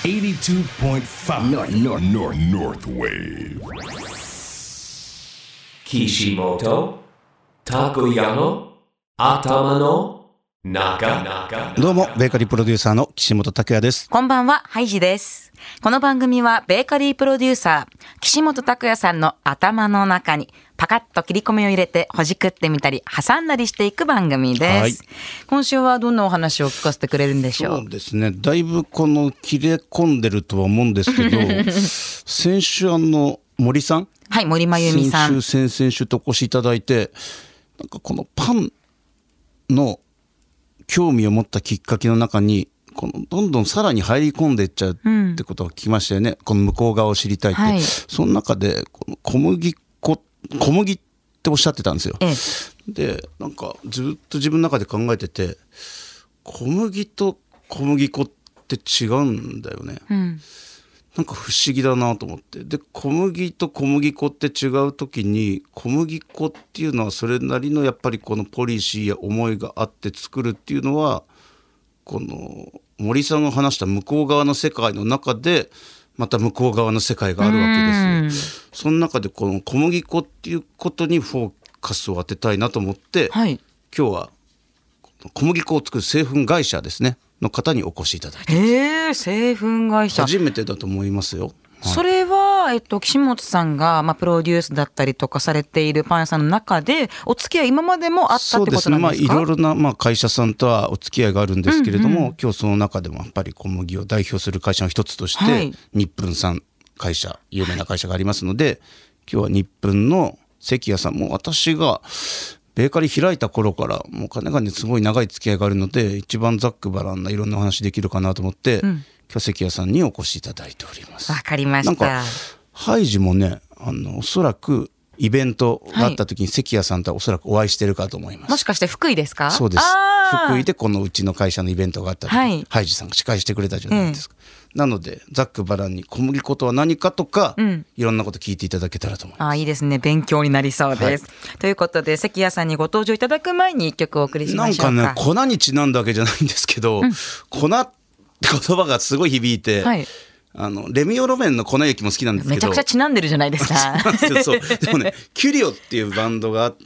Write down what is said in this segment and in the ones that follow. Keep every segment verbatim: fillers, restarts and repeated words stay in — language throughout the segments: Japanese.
エイティツーポイントファイブ North, North, North Wave 岸本拓也の頭の中。 どうもベーカリープロデューサーの岸本拓也です。 こんばんは、ハイジです。この番組はベーカリープロデューサー岸本拓也さんの頭の中にパカッと切り込みを入れてほじくってみたり挟んだりしていく番組です、はい、今週はどんなお話を聞かせてくれるんでしょう。 そうですね、だいぶこの切れ込んでるとは思うんですけど先週あの森さん、 はい、森真由美さん、 先週先々週とお越しいただいて、なんかこのパンの興味を持ったきっかけの中にこのどんどんさらに入り込んでいっちゃうってことを聞きましたよね、うん、この向こう側を知りたいって、はい、その中でこの小麦粉小麦っておっしゃってたんですよ、ええ、でなんかずっと自分の中で考えてて、小麦と小麦粉って違うんだよね、うん、なんか不思議だなと思って、で小麦と小麦粉って違う時に、小麦粉っていうのはそれなりのやっぱりこのポリシーや思いがあって作るっていうのは、この森さんが話した向こう側の世界の中でまた向こう側の世界があるわけですよ。その中でこの小麦粉っていうことにフォーカスを当てたいなと思って、はい、今日は小麦粉を作る製粉会社ですねの方にお越しいただいてます。 へー、製粉会社初めてだと思いますよ。はい、 それは、えっと、岸本さんが、まあ、プロデュースだったりとかされているパン屋さんの中でお付き合い今までもあったってことなんですか？ そうですね、まあ、いろいろな、まあ、会社さんとはお付き合いがあるんですけれども、うんうん、今日その中でもやっぱり小麦を代表する会社の一つとして、はい、日分さん会社、有名な会社がありますので、今日は日分の関谷さんも、私がベーカリー開いた頃からもう金がねすごい長い付き合いがあるので、一番ざっくばらんないろんなお話できるかなと思って、うん、今日関谷さんにお越しいただいております。 わかりました。 なんかハイジもね、あのおそらくイベントがあった時に関谷さんとはおそらくお会いしてるかと思います。 もしかして福井ですか？ そうです。福井でこのうちの会社のイベントがあった時、はい、ハイジさんが司会してくれたじゃないですか、うん、なのでざっくばらんに小麦粉とは何かとか、うん、いろんなこと聞いていただけたらと思います。 あ、いいですね、勉強になりそうです、はい、ということで関谷さんにご登場いただく前に一曲お送りしましょうか。 なんかね、粉にちなんだわけじゃないんですけど、うん、粉って言葉がすごい響いて、はい、あのレミオロメンの粉雪も好きなんですけど、 めちゃくちゃちなんでるじゃないですかそうでもね、キュリオっていうバンドがあって、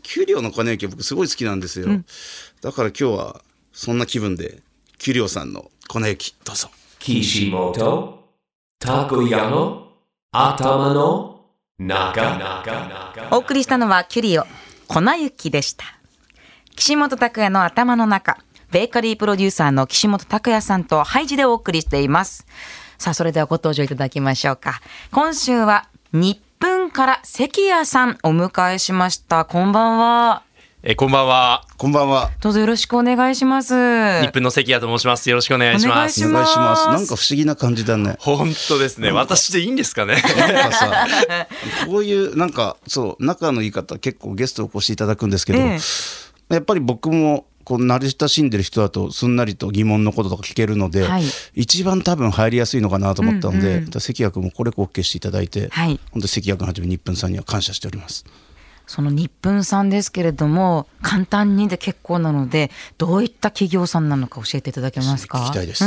キュリオの粉雪僕すごい好きなんですよ、うん、だから今日はそんな気分でキュリオさんの粉雪どうぞ。 岸本拓也の頭の中。 お送りしたのはキュリオ粉雪でした。岸本拓也の頭の中、ベーカリープロデューサーの岸本拓也さんとハイジでお送りしています。さあ、それではご登場いただきましょうか。今週は日分から関谷さんお迎えしました。こんばんは。 えこんばんは。 こんばんは。 どうぞよろしくお願いします。 日分の関谷と申します。よろしくお願いします。 お願いします。なんか不思議な感じだね。 本当ですね。私でいいんですかね。 なんかさ、こういうなんかそう仲のいい方結構ゲストお越しいただくんですけど、ええ、やっぱり僕もこう慣れ親しんでる人だとすんなりと疑問のこととか聞けるので、はい、一番多分入りやすいのかなと思ったので、うんうん、関谷君もこれ OK していただいて、はい、本当に関谷君はじめ日分さんには感謝しております。 その日分さんですけれども、簡単にで結構なのでどういった企業さんなのか教えていただけますか？ 聞きたいです、うん、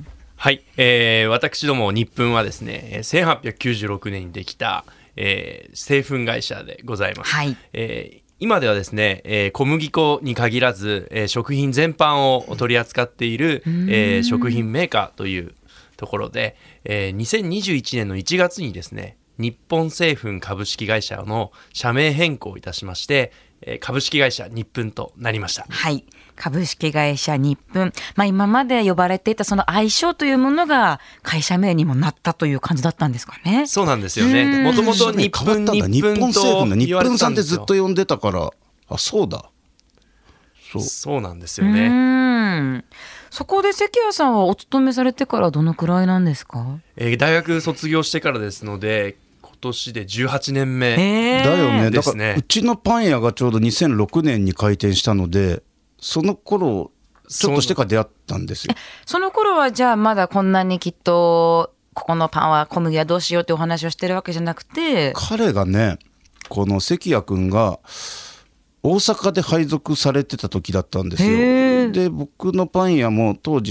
はい、えー、私ども日分はですね、せんはっぴゃくきゅうじゅうろくねんにできた、えー、製粉会社でございます、はい、えー今ではですね、えー、小麦粉に限らず、えー、食品全般を取り扱っている、えー、食品メーカーというところで、えー、にせんにじゅういちねんのいちがつにですね、日本製粉株式会社の社名変更いたしまして、えー、株式会社日分となりました。 はい、株式会社日分、まあ、今まで呼ばれていたその愛称というものが会社名にもなったという感じだったんですかね。 そうなんですよね。もともと日分日分と日分さんってずっと呼んでたから、あ、そうだ、 そう、そうなんですよね。うーん、そこで関谷さんはお勤めされてからどのくらいなんですか？ えー、大学卒業してからですので今年でじゅうはちねんめですね。 だよね。だからうちのパン屋がちょうどにせんろくねんに開店したので、その頃ちょっとしてから出会ったんですよ。 その頃はじゃあまだこんなにきっとここのパンは小麦はどうしようってお話をしてるわけじゃなくて、 彼がね、この関谷君が大阪で配属されてた時だったんですよ。で僕のパン屋も当時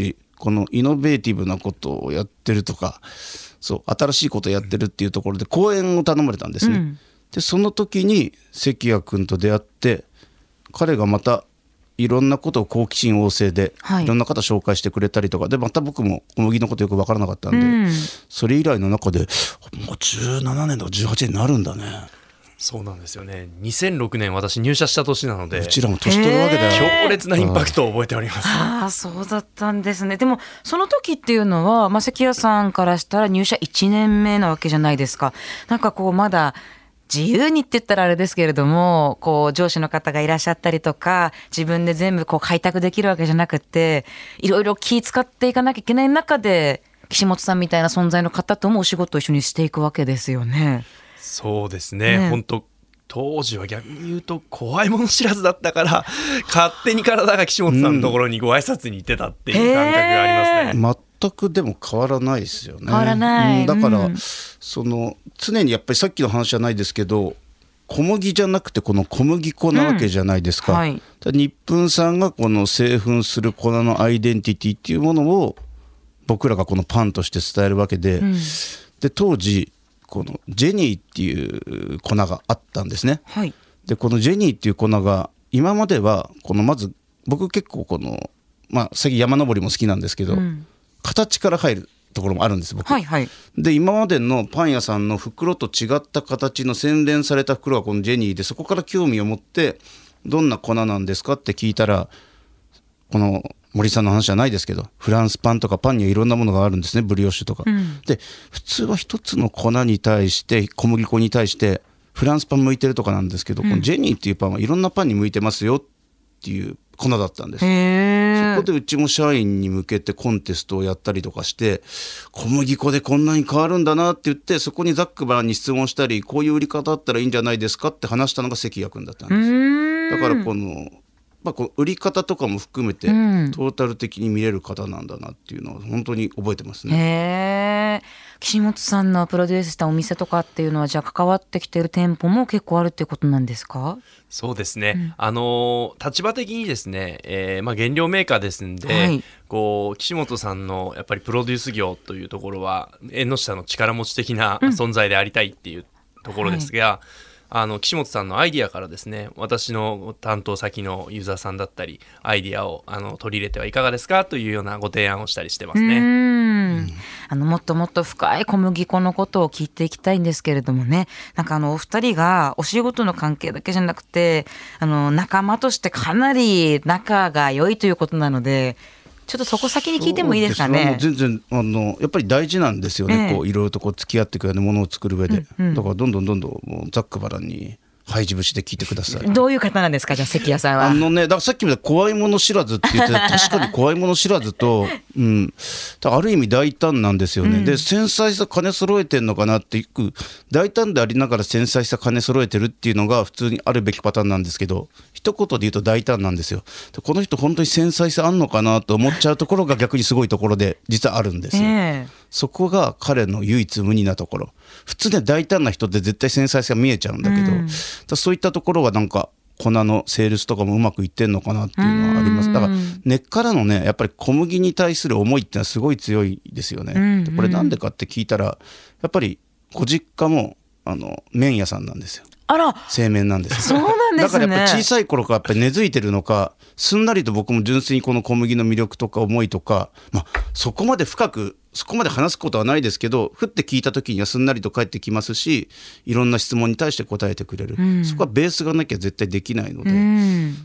このイノベーティブなことをやってるとか、そう新しいことをやってるっていうところで講演を頼まれたんですね、うん、でその時に関谷君と出会って、彼がまたいろんなことを好奇心旺盛で、はい、いろんな方紹介してくれたりとかで、また僕も小麦のことよく分からなかったんで、うん、それ以来の中でもうじゅうななねんとかじゅうはちねんになるんだね。 そうなんですよね。にせんろくねん私入社した年なので、 うちらも年取るわけだよ。 強烈なインパクトを覚えております。 ああ、そうだったんですね。でもその時っていうのは、まあ、関谷さんからしたら入社いちねんめなわけじゃないですか。なんかこうまだ自由にって言ったらあれですけれども、こう上司の方がいらっしゃったりとか、自分で全部こう開拓できるわけじゃなくて、いろいろ気使っていかなきゃいけない中で、岸本さんみたいな存在の方ともお仕事を一緒にしていくわけですよね。 そうですね、ね、本当当時は逆に言うと怖いもの知らずだったから、勝手に体が岸本さんのところにご挨拶に行ってたっていう感覚がありますね、 うん、全くでも変わらないですよね。 変わらない、 うん、だから、うん、その常にやっぱりさっきの話じゃないですけど、小麦じゃなくてこの小麦粉なわけじゃないですか、うんはい、日粉さんがこの製粉する粉のアイデンティティっていうものを僕らがこのパンとして伝えるわけで、うん、で当時このジェニーっていう粉があったんですね、はい、でこのジェニーっていう粉が今まではこのまず僕結構このまあ最近山登りも好きなんですけど、うん、形から入るところもあるんです僕、はいはい、で今までのパン屋さんの袋と違った形の洗練された袋がこのジェニーで、そこから興味を持ってどんな粉なんですかって聞いたら、この森さんの話じゃないですけど、フランスパンとかパンにはいろんなものがあるんですね、ブリオッシュとか、うん、で普通は一つの粉に対して小麦粉に対してフランスパン向いてるとかなんですけど、うん、このジェニーっていうパンはいろんなパンに向いてますよっていう粉だったんです。そこでうちも社員に向けてコンテストをやったりとかして、小麦粉でこんなに変わるんだなって言って、そこにざっくばらんに質問したり、こういう売り方あったらいいんじゃないですかって話したのが関谷君だったんです。だからこのまあ、こう売り方とかも含めてトータル的に見れる方なんだなっていうのは本当に覚えてますね、 うん、へー。岸本さんのプロデュースしたお店とかっていうのはじゃあ関わってきている店舗も結構あるっていうことなんですか？ そうですね、うん、あの立場的にですね、えーまあ、原料メーカーですんで、はい、こう岸本さんのやっぱりプロデュース業というところは縁の下の力持ち的な存在でありたいっていうところですが、うんはい、あの岸本さんのアイディアからですね、私の担当先のユーザーさんだったりアイディアをあの取り入れてはいかがですかというようなご提案をしたりしてますね。うーん、あのもっともっと深い小麦粉のことを聞いていきたいんですけれどもね、なんかあのお二人がお仕事の関係だけじゃなくて、あの仲間としてかなり仲が良いということなので、ちょっとそこ先に聞いてもいいですかね。 全然あのやっぱり大事なんですよね、ええ、こういろいろとこう付き合っていくようなものを作る上で、うんうん、だからどんどんどんどんもうざっくばらんに廃寺節で聞いてください。 どういう方なんですか、じゃあ関谷さんは。 あのね、だからさっきみたいに怖いもの知らずって言ってた確かに怖いもの知らずと、うん、ある意味大胆なんですよね、うん、で繊細さ金揃えてんのかなっていく、大胆でありながら繊細さ金揃えてるっていうのが普通にあるべきパターンなんですけど、一言で言うと大胆なんですよ。でこの人本当に繊細さあんのかなと思っちゃうところが逆にすごいところで実はあるんですよ、えー、そこが彼の唯一無二なところ。普通ね、大胆な人って絶対繊細さが見えちゃうんだけど、うん、だそういったところはなんか粉のセールスとかもうまくいってんのかなっていうのはあります。だから根っからのね、やっぱり小麦に対する思いってのはすごい強いですよね、うんうん、でこれなんでかって聞いたら、やっぱりご実家もあの麺屋さんなんですよ。 あら、 製麺なんですよ。そうなんですね。 だからやっぱり小さい頃からやっぱり根付いてるのか、すんなりと僕も純粋にこの小麦の魅力とか思いとか、まあ、そこまで深くそこまで話すことはないですけど、ふって聞いた時にはすんなりと返ってきますし、いろんな質問に対して答えてくれる、うん、そこはベースがなきゃ絶対できないので、うん、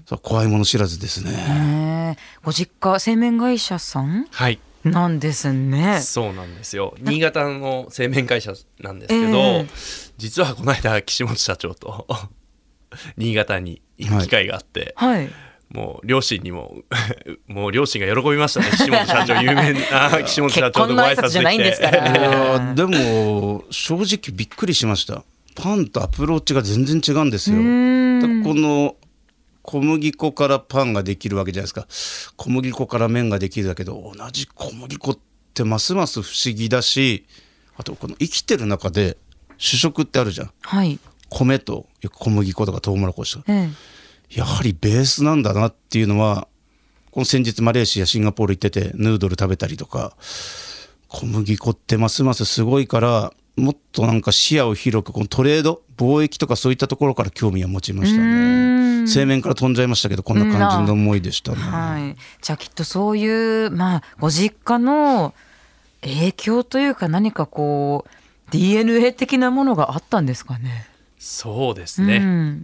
怖いもの知らずですね。 ご実家製麺会社さん、 はいなんですね。 そうなんですよ。新潟の製麺会社なんですけど、えー、実はこの間岸本社長と新潟に行く機会があって、はいはい、もう両親にももう両親が喜びましたね。岸本社長有名な岸本社長とご挨拶できて。結婚の挨拶じゃないんですから。 でも正直びっくりしました。パンとアプローチが全然違うんですよ。だからこの小麦粉からパンができるわけじゃないですか。小麦粉から麺ができるだけど、同じ小麦粉ってますます不思議だし、あとこの生きてる中で主食ってあるじゃん、はい、米と小麦粉とかトウモロコシとか、ええ、やはりベースなんだなっていうのはこの先日マレーシアシンガポール行っててヌードル食べたりとか、小麦粉ってますますすごいから、もっとなんか視野を広くこのトレード貿易とかそういったところから興味を持ちましたね。製麺から飛んじゃいましたけど、こんな感じの思いでしたね、 はい、じゃあきっとそういう、まあ、ご実家の影響というか何かこう ディーエヌエー 的なものがあったんですかね。 そうですね、うん、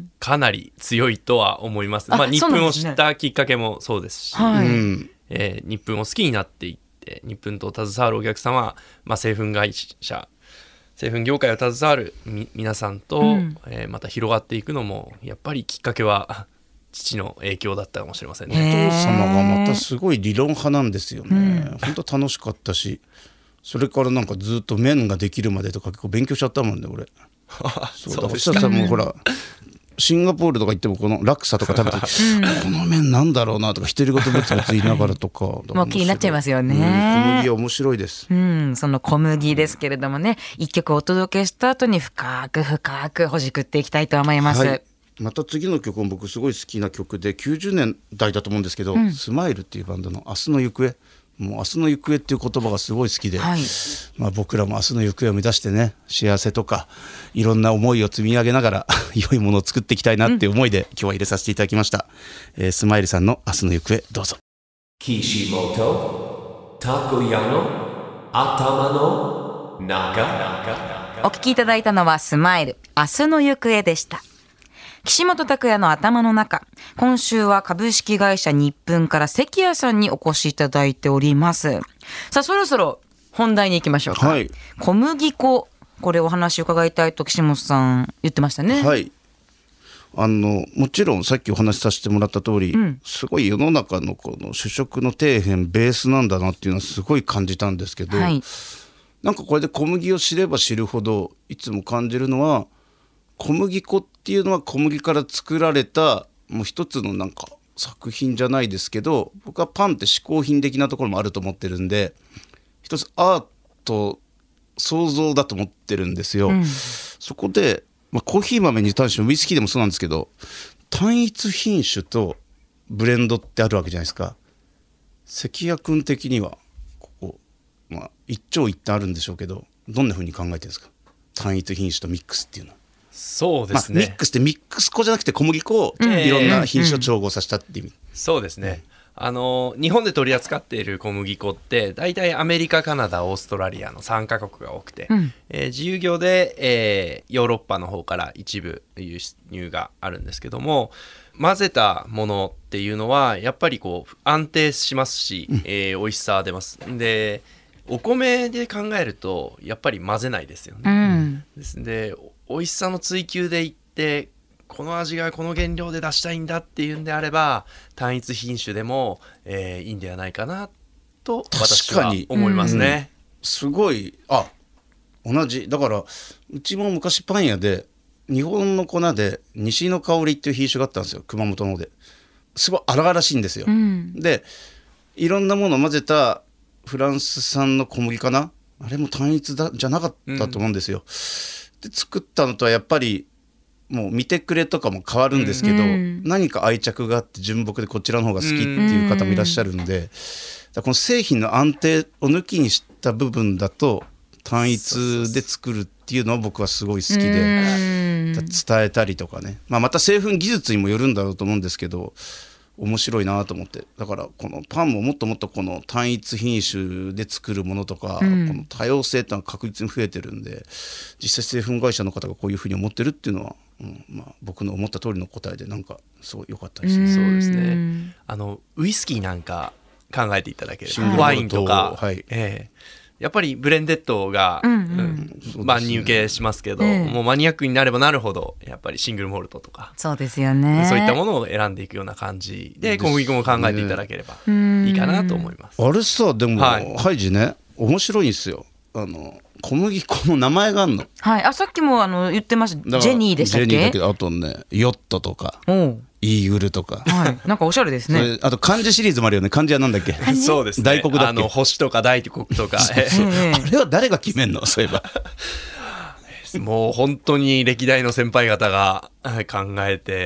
かなり強いとは思います。まあ、日本を知ったきっかけもそうですし、 はい、 えー、日本を好きになっていって日本と携わるお客様、まあ、製粉会社製粉業界を携わるみ皆さんと、うんえー、また広がっていくのもやっぱりきっかけは父の影響だったかもしれませんね。 お父様がまたすごい理論派なんですよね、うん、本当楽しかったし、それからなんかずっと麺ができるまでとか結構勉強しちゃったもんね俺そうだ、そしたらもうほらシンガポールとか行ってもこのラクサとか食べてこの麺なんだろうなとか独り言ぶつぶつ言いながらとかもう気になっちゃいますよね、 うん、小麦は面白いです、 うん、その小麦ですけれどもね、一曲お届けした後に深く深くほじくっていきたいと思います、はい、 また次の曲も僕すごい好きな曲できゅうじゅうねんだいだと思うんですけど、うん、スマイルっていうバンドの明日の行方、もう明日の行方っていう言葉がすごい好きで、はいまあ、僕らも明日の行方を目指してね、幸せとかいろんな思いを積み上げながら良いものを作っていきたいなっていう思いで、うん、今日は入れさせていただきました、えー、スマイルさんの明日の行方どうぞ。 岸本たこやの頭の中。 お聞きいただいたのはスマイル明日の行方でした。岸本拓也の頭の中、今週は株式会社日分から関谷さんにお越しいただいております。さあそろそろ本題に行きましょうか、はい、小麦粉、これお話伺いたいと岸本さん言ってましたね。 はい、あのもちろんさっきお話しさせてもらった通り、うん、すごい世の中のこの主食の底辺ベースなんだなっていうのはすごい感じたんですけど、はい、なんかこれで小麦を知れば知るほどいつも感じるのは、小麦粉っていうのは小麦から作られたもう一つのなんか作品じゃないですけど、僕はパンって嗜好品的なところもあると思ってるんで、一つアート創造だと思ってるんですよ、うん、そこで、まあ、コーヒー豆に対してもウイスキーでもそうなんですけど、単一品種とブレンドってあるわけじゃないですか。関谷君的にはここ、まあ、一長一短あるんでしょうけど、どんな風に考えてるんですか、単一品種とミックスっていうのは。 そうですね、 まあ、ミックスってミックス粉じゃなくて小麦粉をいろんな品種を調合させたっていう意味、うんうん、 そうですね、あの日本で取り扱っている小麦粉って大体アメリカ、カナダ、オーストラリアのさんカ国が多くて、うんえー、自由業で、えー、ヨーロッパの方から一部輸入があるんですけども、混ぜたものっていうのはやっぱりこう安定しますし、うんえー、美味しさ出ます。でお米で考えるとやっぱり混ぜないですよね、うん、ですで美味しさの追求でいってこの味がこの原料で出したいんだっていうんであれば単一品種でも、えー、いいんではないかなと私は思いますね、 うん、すごいあ同じだから、うちも昔パン屋で日本の粉で西の香りっていう品種があったんですよ、熊本のですごい荒々しいんですよ、うん、でいろんなものを混ぜたフランス産の小麦かな、あれも単一だじゃなかったと思うんですよ、うん、で作ったのとはやっぱりもう見てくれとかも変わるんですけど、うん、何か愛着があって純朴でこちらの方が好きっていう方もいらっしゃるんで、うん、だこの製品の安定を抜きにした部分だと単一で作るっていうのは僕はすごい好きで、伝えたりとかね、まあ、また製粉技術にもよるんだろうと思うんですけど面白いなと思って、だからこのパンももっともっとこの単一品種で作るものとか、うん、この多様性ってのは確実に増えてるんで、実際製粉会社の方がこういうふうに思ってるっていうのは、うんまあ、僕の思った通りの答えでなんかすごい良かったですね。 そうですね、あのウイスキーなんか考えていただければワインとか、はいえーやっぱりブレンデッドが、うんうんうん、万人受けしますけど、えー、もうマニアックになればなるほどやっぱりシングルモルトとかそうですよね、 そういったものを選んでいくような感じで小麦粉も考えていただければいいかなと思います。 あれさでも、はい、ハイジね面白いんですよ、あの小麦粉の名前があるの、 はい、あさっきもあの言ってましたジェニーでしたっけ。 ジェニーだけどあとねヨットとかイーグルとか、 はい、なんかおしゃれですね。 あと漢字シリーズもあるよね。漢字はなんだっけ。 そうですね、 大国だっけ、 あの星とか大国とかそうそうあれは誰が決めんのそういえばもう本当に歴代の先輩方が考えて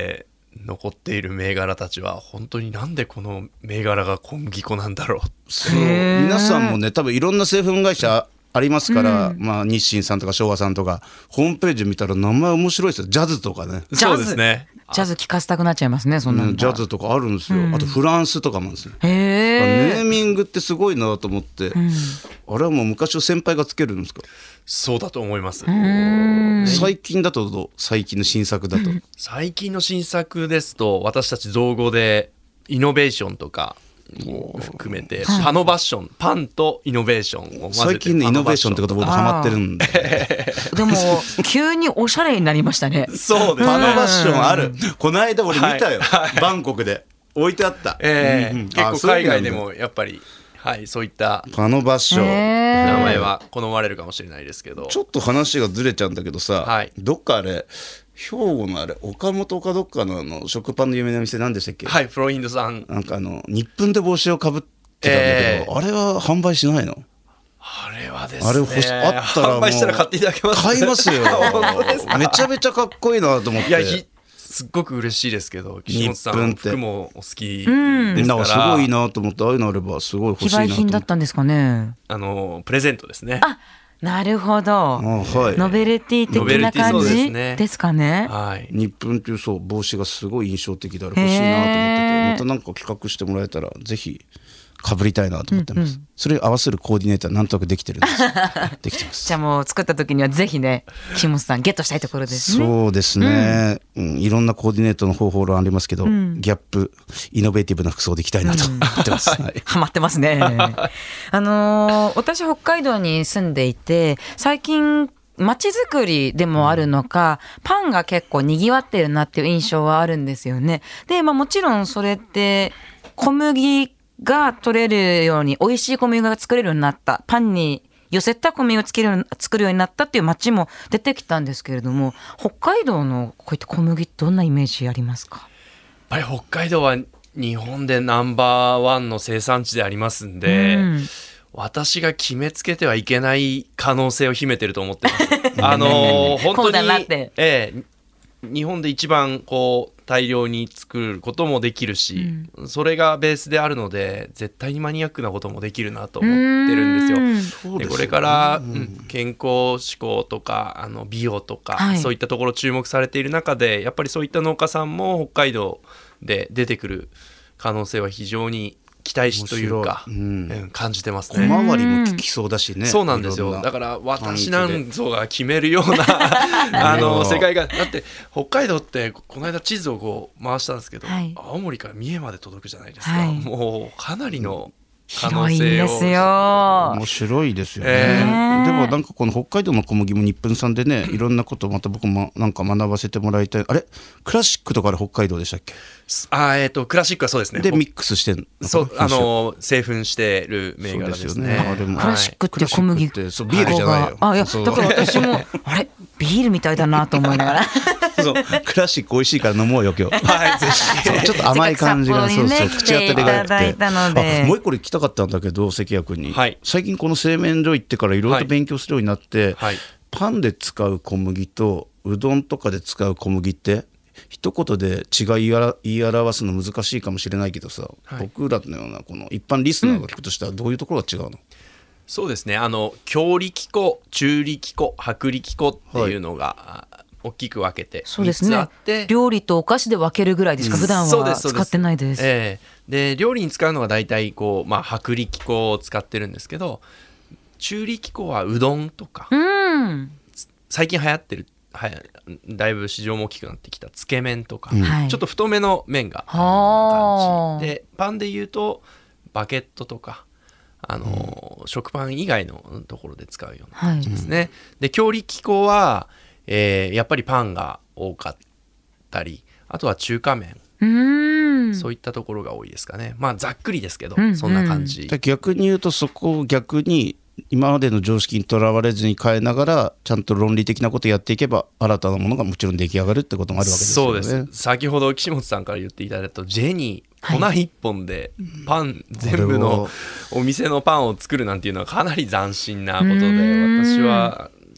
残っている銘柄たちは本当になんでこの銘柄が小麦粉なんだろう。 そう皆さんもね多分いろんな製粉会社ありますから、うんまあ、日清さんとか昭和さんとかホームページ見たら名前面白いですよ。ジャズとかね。 そうですね。 ジャズ聞かせたくなっちゃいますね。そんなの、 うん、ジャズとかあるんですよ、うん、あとフランスとかもあるんですよ。 へネーミングってすごいなと思って、うん、あれはもう昔の先輩がつけるんですか。 そうだと思います。 最近だとどう最近の新作だと、うん、 最近の新作ですと私たち造語でイノベーションとか含めてパノバッション、パンとイノベーションを混ぜて最近のイノベーションってこと僕ハマってるんででも急におしゃれになりましたね。 そうですね。 パノバッションある。この間俺見たよ、はい、バンコクで置いてあった、 えーうんうん、結構海外でもやっぱりはい、そういったパノバッション名前は好まれるかもしれないですけど、 ちょっと話がずれちゃうんだけどさ、はい、どっかあれ兵庫のあれ岡本かどっか の, あの食パンの有名な店何でしたっけ。 はい、フロインドさん。 なんかあの日分で帽子をかぶってたんだけど、えー、あれは販売しないの。 あれはですね、 あれ欲しあったらもう販売したら買っていただけます。 買いますよめちゃめちゃかっこいいなと思って。いやすっごく嬉しいですけど、岸本さん服もお好きですから、 すごいなと思って、ああいうのあればすごい欲しいなと思って。 非売品だったんですかね。 あのプレゼントですね。 あ、なるほど、はい、ノベルティ的な感じですかね。 はい、 日分っていうそう帽子がすごい印象的であれ欲しいなと思ってて、またなんか企画してもらえたらぜひかぶりたいなと思ってます、うんうん、それに合わせるコーディネーターなんとなくできてるんですできてます。 じゃあもう作った時にはぜひね岸本さんゲットしたいところですね。 そうですね、うんうん、いろんなコーディネートの方法論ありますけど、うん、ギャップイノベーティブな服装でいきたいなと思ってます、うんはい、 ハマってますねあのー、私北海道に住んでいて最近街づくりでもあるのか、うん、パンが結構にぎわってるなっていう印象はあるんですよね。で、まあ、もちろんそれって小麦が取れるように美味しい小麦が作れるようになった、パンに寄せた小麦を作る作るようになったっていう町も出てきたんですけれども、北海道のこういった小麦どんなイメージありますか。 やっぱり北海道は日本でナンバーワンの生産地でありますんで、うん、私が決めつけてはいけない可能性を秘めてると思ってますあの本当に、ええ、日本で一番こう大量に作ることもできるし、うん、それがベースであるので絶対にマニアックなこともできるなと思ってるんですよ。でこれから、うん、健康志向とかあの美容とか、はい、そういったところ注目されている中でやっぱりそういった農家さんも北海道で出てくる可能性は非常に期待しというか、うん、感じてますね。 小回りも効きそうだしね。 そうなんですよ。だから私なんぞが決めるようなあの世界がだって北海道ってこの間地図をこう回したんですけど、はい、青森から三重まで届くじゃないですか、はい、もうかなりの可能性を広いですよ。 面白いですよね、えー、でもなんかこの北海道の小麦も日分さんでねいろんなことをまた僕もなんか学ばせてもらいたい。あれクラシックとかあれ北海道でしたっけ。 あ、えー、とクラシックはそうですね。 でミックスしてんそうあの製粉してる銘柄ですね。そうですよね。 あでもクラシックって小麦ってそうビールじゃないよ。 あいやだから私もあれビールみたいだなと思いながらそうクラシック美味しいから飲もうよ今日はいぜひちょっと甘い感じがそうそう口当たりが良くてあもう一個聞きたかったんだけど関谷君に、 はい、 最近この製麺所行ってからいろいろと勉強するようになって、 はい、 パンで使う小麦とうどんとかで使う小麦って一言で違い言い表すの難しいかもしれないけどさ、はい、僕らのようなこの一般リスナーが聞くとしたらどういうところが違うの。うん、 そうですね。あの強力粉、中力粉、薄力粉っていうのが、はい、大きく分けてみっつあって、ね、 料理とお菓子で分けるぐらいでしか普段は使ってないです。 えー、で料理に使うのは大体こう、まあ、薄力粉を使ってるんですけど、中力粉はうどんとか、 うん、 最近流行ってるはやだいぶ市場も大きくなってきたつけ麺とか、 うん、 ちょっと太めの麺が感じで、パンでいうとバケットとかあの、うん、食パン以外のところで使うような感じですね。はい、で強力粉はえー、やっぱりパンが多かったり、あとは中華麺、 うーんそういったところが多いですかね。まあざっくりですけど、うんうん、そんな感じ。 逆に言うとそこを逆に今までの常識にとらわれずに変えながらちゃんと論理的なことをやっていけば新たなものがもちろん出来上がるってこともあるわけですよね。 そうです。先ほど岸本さんから言っていただいたジェニー、粉一本でパン、はい、全部のお店のパンを作るなんていうのはかなり斬新なことで、私は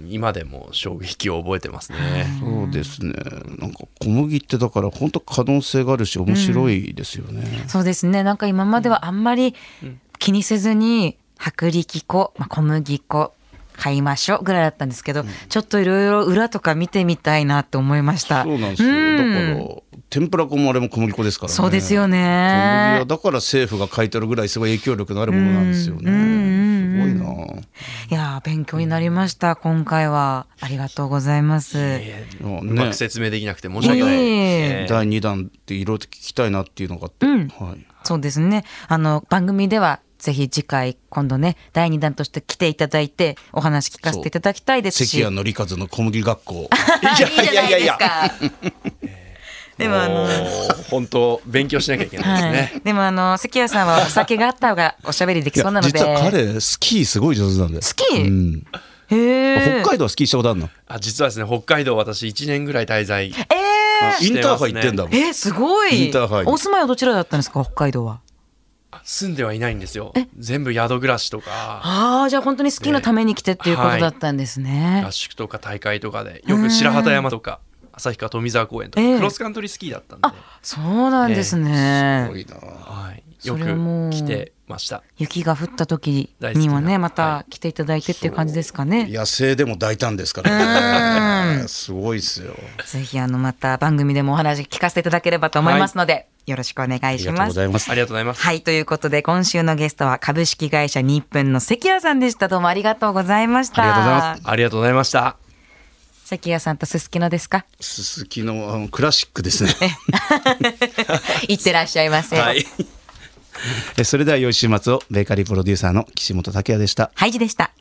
今でも衝撃を覚えてますね。 そうですね。なんか小麦ってだから本当可能性があるし面白いですよね。 うん、そうですね。なんか今まではあんまり気にせずに薄力粉、まあ、小麦粉買いましょうぐらいだったんですけど、うん、ちょっといろいろ裏とか見てみたいなって思いました。 そうなんですよ、うん、だから天ぷら粉もあれも小麦粉ですからね。 そうですよね。 小麦はだから政府が買い取るぐらいすごい影響力のあるものなんですよね。うん、すごいな。 いや勉強になりました今回は。ありがとうございます。 えー、うまく説明できなくて申し訳ない、 えー、だいにだんっていろいろと聞きたいなっていうのがあって、うんはい、 そうですね。あの番組ではぜひ次回今度ねだいにだんとして来ていただいてお話聞かせていただきたいですし、 関谷紀和の小麦学校いいじゃないですか。でもあの本当勉強しなきゃいけないですね、 はい、でもあの関谷さんはお酒があった方がおしゃべりできそうなので。 実は彼スキーすごい上手なんで。 スキー、うん、 へ北海道はスキーしたことあるの？ あ実はですね北海道私いちねんぐらい滞在、えー、 インターハイ行ってんだもん。 えー、すごい。 インターハイお住まいはどちらだったんですか北海道は？ 住んではいないんですよ。全部宿暮らしとか。 ああじゃあ本当にスキーのために来てっていうことだったんですね、はい、 合宿とか大会とかでよく白旗山とか旭川富沢公園とか、えー、クロスカントリースキーだったんで。 あそうなんですね、 えー、すごいな、 はい、よく来てました。 雪が降った時にはねまた来ていただいてっていう感じですかね、 はい、野生でも大胆ですからね。すごいですよ。 ぜひあのまた番組でもお話聞かせていただければと思いますので、はい、よろしくお願いします。 ありがとうございます。 ありがとうございます。 はい、ということで今週のゲストは株式会社ニップンの関谷さんでした。どうもありがとうございました。 ありがとうございます。 ありがとうございました。 関谷さんとすすきのですか？ すすきのあのクラシックですね。 いってらっしゃいませ。 はい、 それでは良い週末を。ベーカリープロデューサーの岸本拓也でした。 ハイジでした。